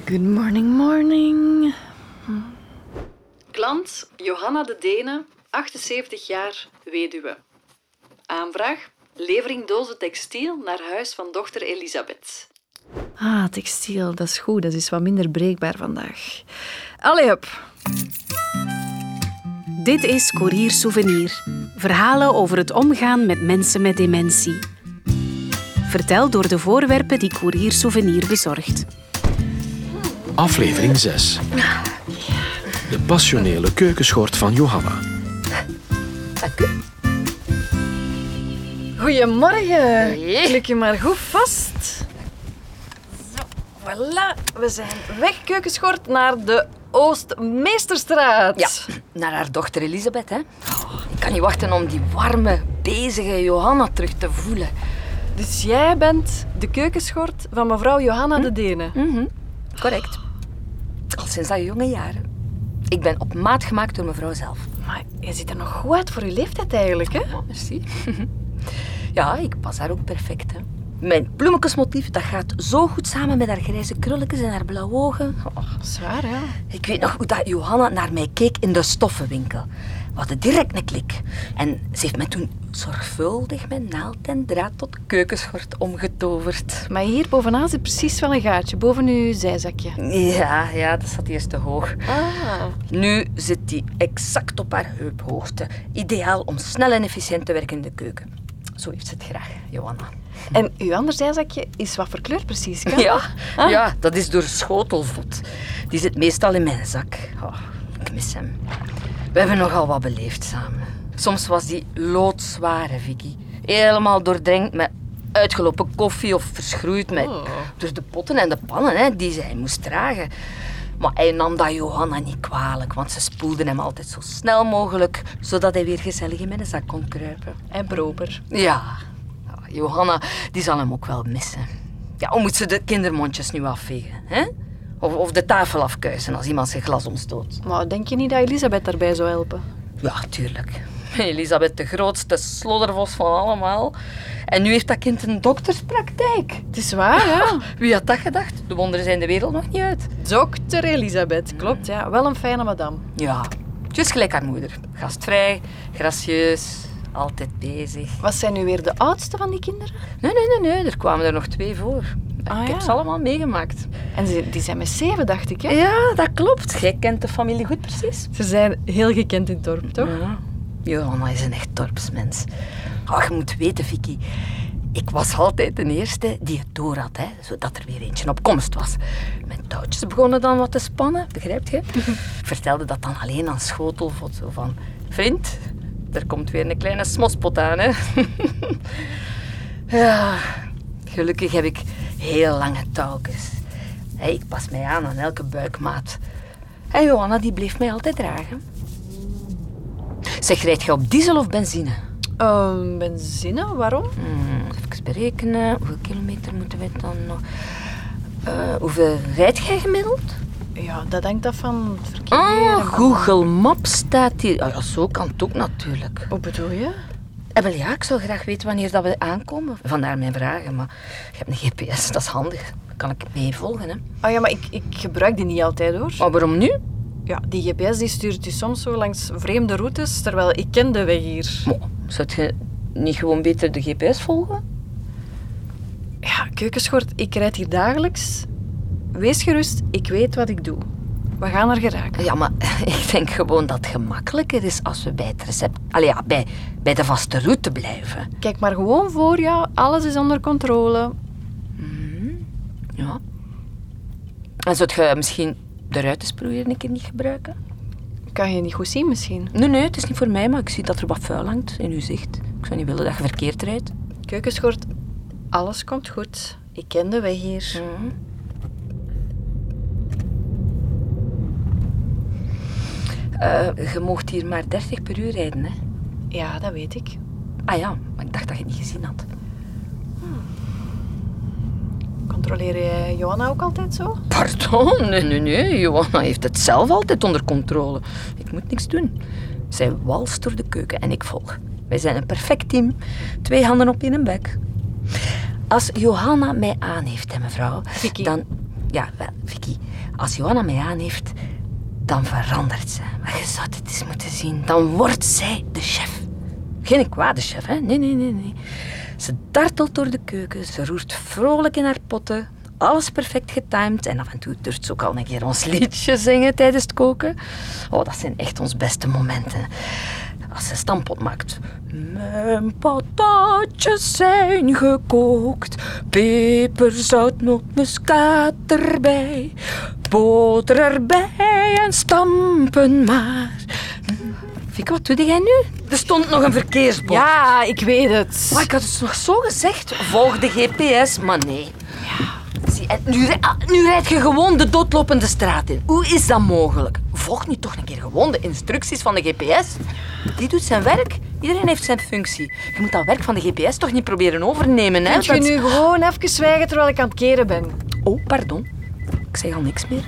Good morning, morning. Klant Johanna de Dene, 78 jaar, weduwe. Aanvraag: levering dozen textiel naar huis van dochter Elisabeth. Ah, textiel, dat is goed. Dat is wat minder breekbaar vandaag. Allee, op. Dit is Courier Souvenir. Verhalen over het omgaan met mensen met dementie. Verteld door de voorwerpen die Courier Souvenir bezorgt. Aflevering 6. De passionele keukenschort van Johanna. Goedemorgen. Klik je maar goed vast. Zo, voilà. We zijn weg, keukenschort, naar de Oostmeesterstraat. Ja, naar haar dochter Elisabeth, hè. Ik kan niet wachten om die warme, bezige Johanna terug te voelen. Dus jij bent de keukenschort van mevrouw Johanna de Dene. Correct. Al sinds dat jonge jaren. Ik ben op maat gemaakt door mevrouw zelf. Maar je ziet er nog goed uit voor je leeftijd eigenlijk, hè? Oh, merci. Ja, ik pas haar ook perfect, hè. Mijn bloemetjesmotief, dat gaat zo goed samen met haar grijze krulletjes en haar blauwe ogen. Oh. Zwaar, ja. Ik weet nog hoe dat Johanna naar mij keek in de stoffenwinkel. We hadden direct een klik. En ze heeft mij toen zorgvuldig met naald en draad tot keukenschort omgetoverd. Maar hier bovenaan zit precies wel een gaatje, boven uw zijzakje. Ja, dat zat eerst te hoog. Nu zit die exact op haar heuphoogte. Ideaal om snel en efficiënt te werken in de keuken. Zo heeft ze het graag, Johanna. En uw ander zijzakje is wat voor kleur precies, kan? Ja, dat is door schotelvot. Die zit meestal in mijn zak. Oh, ik mis hem. We hebben nogal wat beleefd samen. Soms was die loodzware, Vicky. Helemaal doordrenkt met uitgelopen koffie of verschroeid met door de potten en de pannen hè, die zij moest dragen. Maar hij nam dat Johanna niet kwalijk, want ze spoelde hem altijd zo snel mogelijk, zodat hij weer gezellig in mijn zak kon kruipen. En proper. Ja, Johanna, die zal hem ook wel missen. Ja, hoe moet ze de kindermondjes nu afvegen, hè? Of de tafel afkuisen als iemand zijn glas omstoot. Maar denk je niet dat Elisabeth daarbij zou helpen? Ja, tuurlijk. Elisabeth, de grootste sloddervos van allemaal. En nu heeft dat kind een dokterspraktijk. Het is waar, ja. Wie had dat gedacht? De wonderen zijn de wereld nog niet uit. Dokter Elisabeth, klopt, ja. Wel een fijne madame. Ja, het is gelijk haar moeder. Gastvrij, gracieus, altijd bezig. Was zij nu weer de oudste van die kinderen? Nee, er kwamen er nog 2 voor. Ik heb ze allemaal meegemaakt. En die zijn met 7, dacht ik, hè? Ja, dat klopt. Jij kent de familie goed precies. Ze zijn heel gekend in het dorp, toch? Ja. Johanna is een echt dorpsmens. Oh, je moet weten, Vicky, ik was altijd de eerste die het door had, hè, zodat er weer eentje op komst was. Mijn touwtjes begonnen dan wat te spannen, begrijp je? Ik vertelde dat dan alleen aan schotelvot, zo van... Vriend, er komt weer een kleine smospot aan, hè. Ja, gelukkig heb ik heel lange touwtjes. Ik pas mij aan elke buikmaat. En Johanna, die bleef mij altijd dragen. Zeg, rijd je op diesel of benzine? Benzine, waarom? Even berekenen. Hoeveel kilometer moeten we dan nog... hoeveel rijd jij gemiddeld? Ja, dat hangt af van het verkeer. Google Maps staat hier. Ja, zo kan het ook natuurlijk. Hoe bedoel je? Wel ja, ik zou graag weten wanneer dat we aankomen. Vandaar mijn vragen, maar je hebt een GPS, dat is handig. Dan kan ik mee volgen, hè. Oh ja, maar ik gebruik die niet altijd, hoor. Maar waarom nu? Ja, die GPS die stuurt u soms zo langs vreemde routes, terwijl ik ken de weg hier. Maar, zou je niet gewoon beter de GPS volgen? Ja, keukenschort, ik rijd hier dagelijks. Wees gerust, ik weet wat ik doe. We gaan er geraken. Ja, maar ik denk gewoon dat het gemakkelijker is als we bij het recept... Allee ja, bij de vaste route blijven. Kijk maar gewoon voor jou, alles is onder controle. Ja. En zou je misschien de ruitensproeier een keer niet gebruiken? Kan je niet goed zien misschien? Nee, het is niet voor mij, maar ik zie dat er wat vuil hangt in uw zicht. Ik zou niet willen dat je verkeerd rijdt. Keukenschort, alles komt goed. Ik ken de weg hier. Je moogt hier maar 30 per uur rijden, hè? Ja, dat weet ik. Ah ja, maar ik dacht dat je het niet gezien had. Controleer jij Johanna ook altijd zo? Pardon? Nee. Johanna heeft het zelf altijd onder controle. Ik moet niks doen. Zij walst door de keuken en ik volg. Wij zijn een perfect team. 2 handen op in een bek. Als Johanna mij aan heeft, hè, mevrouw, Vicky. dan... Ja, wel, Vicky. Als Johanna mij aan heeft, dan verandert ze. Maar je zou het eens moeten zien. Dan wordt zij de chef. Geen kwade chef, hè? Nee. Ze dartelt door de keuken, ze roert vrolijk in haar potten. Alles perfect getimed. En af en toe durft ze ook al een keer ons liedje zingen tijdens het koken. Oh, dat zijn echt ons beste momenten. Als ze stampot maakt. Mijn patatjes zijn gekookt. Peper, zout, nootmuskaat erbij. Boter erbij en stampen maar. Vicky, wat doe jij nu? Er stond nog een verkeersbord. Ja, ik weet het. Maar ik had het nog zo gezegd. Volg de GPS, maar nee. Ja. Zie, en nu rijd je gewoon de doodlopende straat in. Hoe is dat mogelijk? Volg nu toch een keer gewoon de instructies van de GPS. Die doet zijn werk. Iedereen heeft zijn functie. Je moet dat werk van de GPS toch niet proberen overnemen, hè? Kunt je nu gewoon even zwijgen terwijl ik aan het keren ben? Oh, pardon. Ik zeg al niks meer.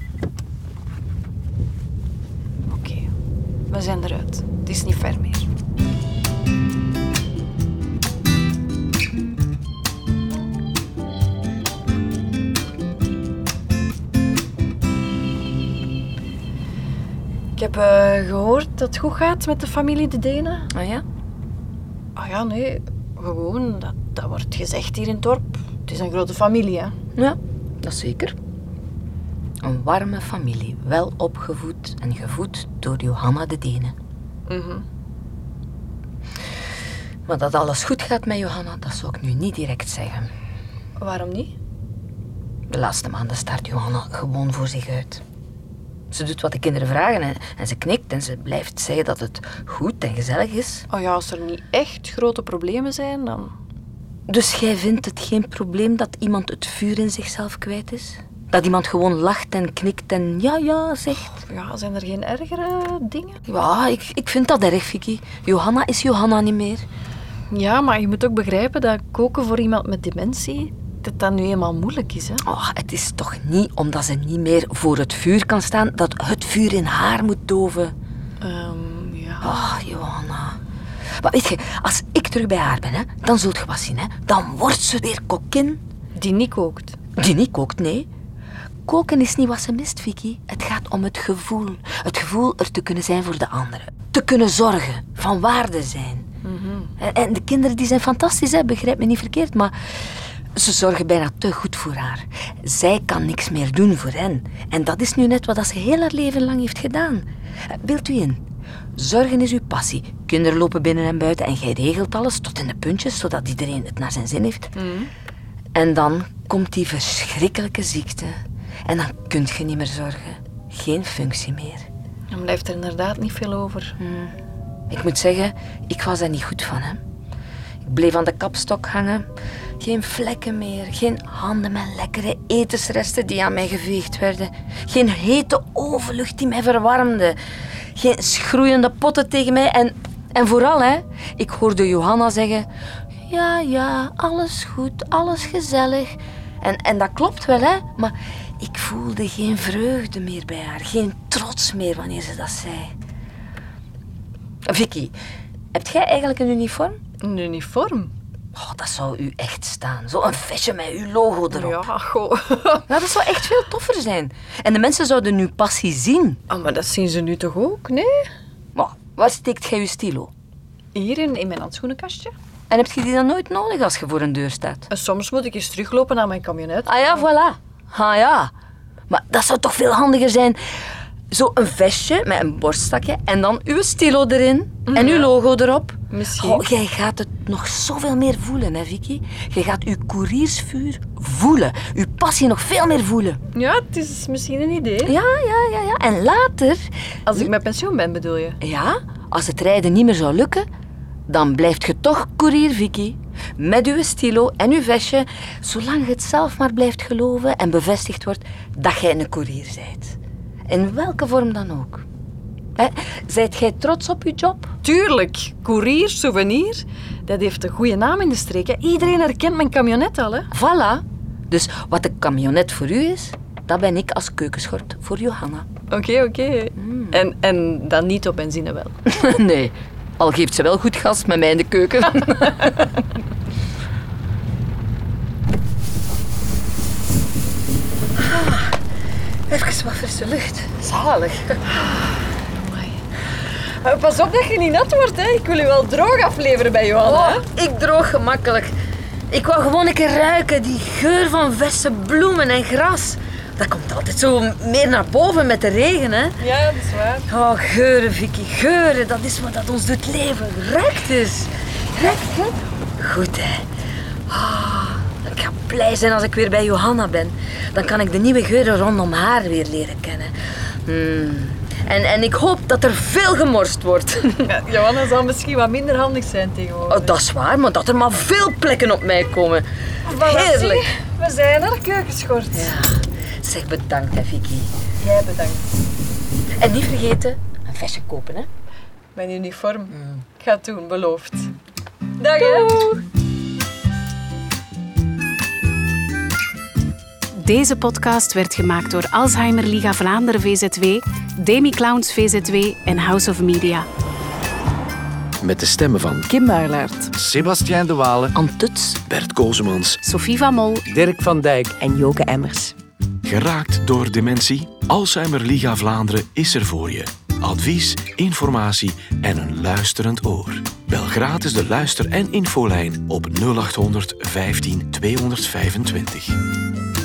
Oké, we zijn eruit. Het is niet ver meer. Ik heb gehoord dat het goed gaat met de familie De Denen. Ah ja? Ah ja, nee. Gewoon, dat wordt gezegd hier in het dorp. Het is een grote familie, hè. Ja, dat zeker. Een warme familie, wel opgevoed en gevoed door Johanna De Denen. Maar dat alles goed gaat met Johanna, dat zou ik nu niet direct zeggen. Waarom niet? De laatste maanden staart Johanna gewoon voor zich uit. Ze doet wat de kinderen vragen en ze knikt en ze blijft zeggen dat het goed en gezellig is. Oh ja, als er niet echt grote problemen zijn, dan... Dus jij vindt het geen probleem dat iemand het vuur in zichzelf kwijt is? Dat iemand gewoon lacht en knikt en ja zegt? Ja, zijn er geen ergere dingen? Ja, ik vind dat erg, Vicky. Johanna is Johanna niet meer. Ja, maar je moet ook begrijpen dat koken voor iemand met dementie... dat nu eenmaal moeilijk is, hè? Oh, het is toch niet omdat ze niet meer voor het vuur kan staan dat het vuur in haar moet doven? Ja... Oh, Johanna. Maar weet je, als ik terug bij haar ben, hè, dan zult je wat zien, hè. Dan wordt ze weer kokkin. Die niet kookt. Die niet kookt, nee. Koken is niet wat ze mist, Vicky. Het gaat om het gevoel. Het gevoel er te kunnen zijn voor de anderen. Te kunnen zorgen, van waarde zijn. En de kinderen die zijn fantastisch, hè, begrijp me niet verkeerd, maar... Ze zorgen bijna te goed voor haar. Zij kan niks meer doen voor hen. En dat is nu net wat ze heel haar leven lang heeft gedaan. Beeld u in. Zorgen is uw passie. Kinderen lopen binnen en buiten en jij regelt alles tot in de puntjes, zodat iedereen het naar zijn zin heeft. En dan komt die verschrikkelijke ziekte. En dan kun je niet meer zorgen. Geen functie meer. Dan blijft er inderdaad niet veel over. Ik moet zeggen, ik was daar niet goed van, hè. Ik bleef aan de kapstok hangen. Geen vlekken meer, geen handen met lekkere etensresten die aan mij geveegd werden. Geen hete ovenlucht die mij verwarmde. Geen schroeiende potten tegen mij. En vooral, hè, ik hoorde Johanna zeggen... Ja, alles goed, alles gezellig. En dat klopt wel, hè, maar ik voelde geen vreugde meer bij haar. Geen trots meer wanneer ze dat zei. Vicky, heb jij eigenlijk een uniform? Een uniform? Oh, dat zou u echt staan. Zo'n vestje met uw logo erop. Ja, goh. Nou, dat zou echt veel toffer zijn. En de mensen zouden uw passie zien. Oh, maar dat zien ze nu toch ook, nee? Maar waar steekt jij je stilo? Hier in mijn handschoenenkastje. En heb je die dan nooit nodig als je voor een deur staat? En soms moet ik eens teruglopen naar mijn camionet. Ah ja, voilà. Ah ja. Maar dat zou toch veel handiger zijn... Zo'n vestje met een borstzakje en dan uw stilo erin en uw logo erop. Misschien. Oh, jij gaat het nog zoveel meer voelen, hè, Vicky? Je gaat uw koeriersvuur voelen. Uw passie nog veel meer voelen. Ja, het is misschien een idee. Ja. En later... Als ik met pensioen ben, bedoel je? Ja, als het rijden niet meer zou lukken, dan blijft je toch koerier, Vicky. Met uw stilo en uw vestje, zolang je het zelf maar blijft geloven en bevestigd wordt dat jij een koerier bent. In welke vorm dan ook. Zijt jij trots op je job? Tuurlijk. Courier, souvenir. Dat heeft een goede naam in de streek. Hè. Iedereen herkent mijn camionet al, hè. Voilà. Dus wat de camionet voor u is, dat ben ik als keukenschort voor Johanna. Oké. En dan niet op benzine wel. Nee, al geeft ze wel goed gas met mij in de keuken. eens wat frisse lucht. Zalig. Pas op dat je niet nat wordt, hè. Ik wil je wel droog afleveren bij Johanna. Ik droog gemakkelijk. Ik wou gewoon een keer ruiken, die geur van verse bloemen en gras. Dat komt altijd zo meer naar boven met de regen, hè. Ja, dat is waar. Oh, geuren, Vicky, geuren. Dat is wat dat ons doet leven. Ruikt dus. Ruikt, hè? Goed, hè. Ik ga blij zijn als ik weer bij Johanna ben. Dan kan ik de nieuwe geuren rondom haar weer leren kennen. En ik hoop dat er veel gemorst wordt. Ja, Johanna zal misschien wat minder handig zijn tegenwoordig. Oh, dat is waar, maar dat er maar veel plekken op mij komen. Heerlijk. We zijn er, keukenschort. Ja, zeg bedankt, hè, Vicky. Jij bedankt. En niet vergeten, een vestje kopen, hè. Mijn uniform. Ik ga het doen, beloofd. Dag, hè. Deze podcast werd gemaakt door Alzheimer Liga Vlaanderen VZW, Demi Clowns VZW en House of Media. Met de stemmen van Kim Maarlaert, Sebastien de Walen, Anne Tuts, Bert Kozemans. Sophie van Mol, Dirk van Dijk en Joke Emmers. Geraakt door dementie? Alzheimer Liga Vlaanderen is er voor je. Advies, informatie en een luisterend oor. Bel gratis de luister- en infolijn op 0800 15 225.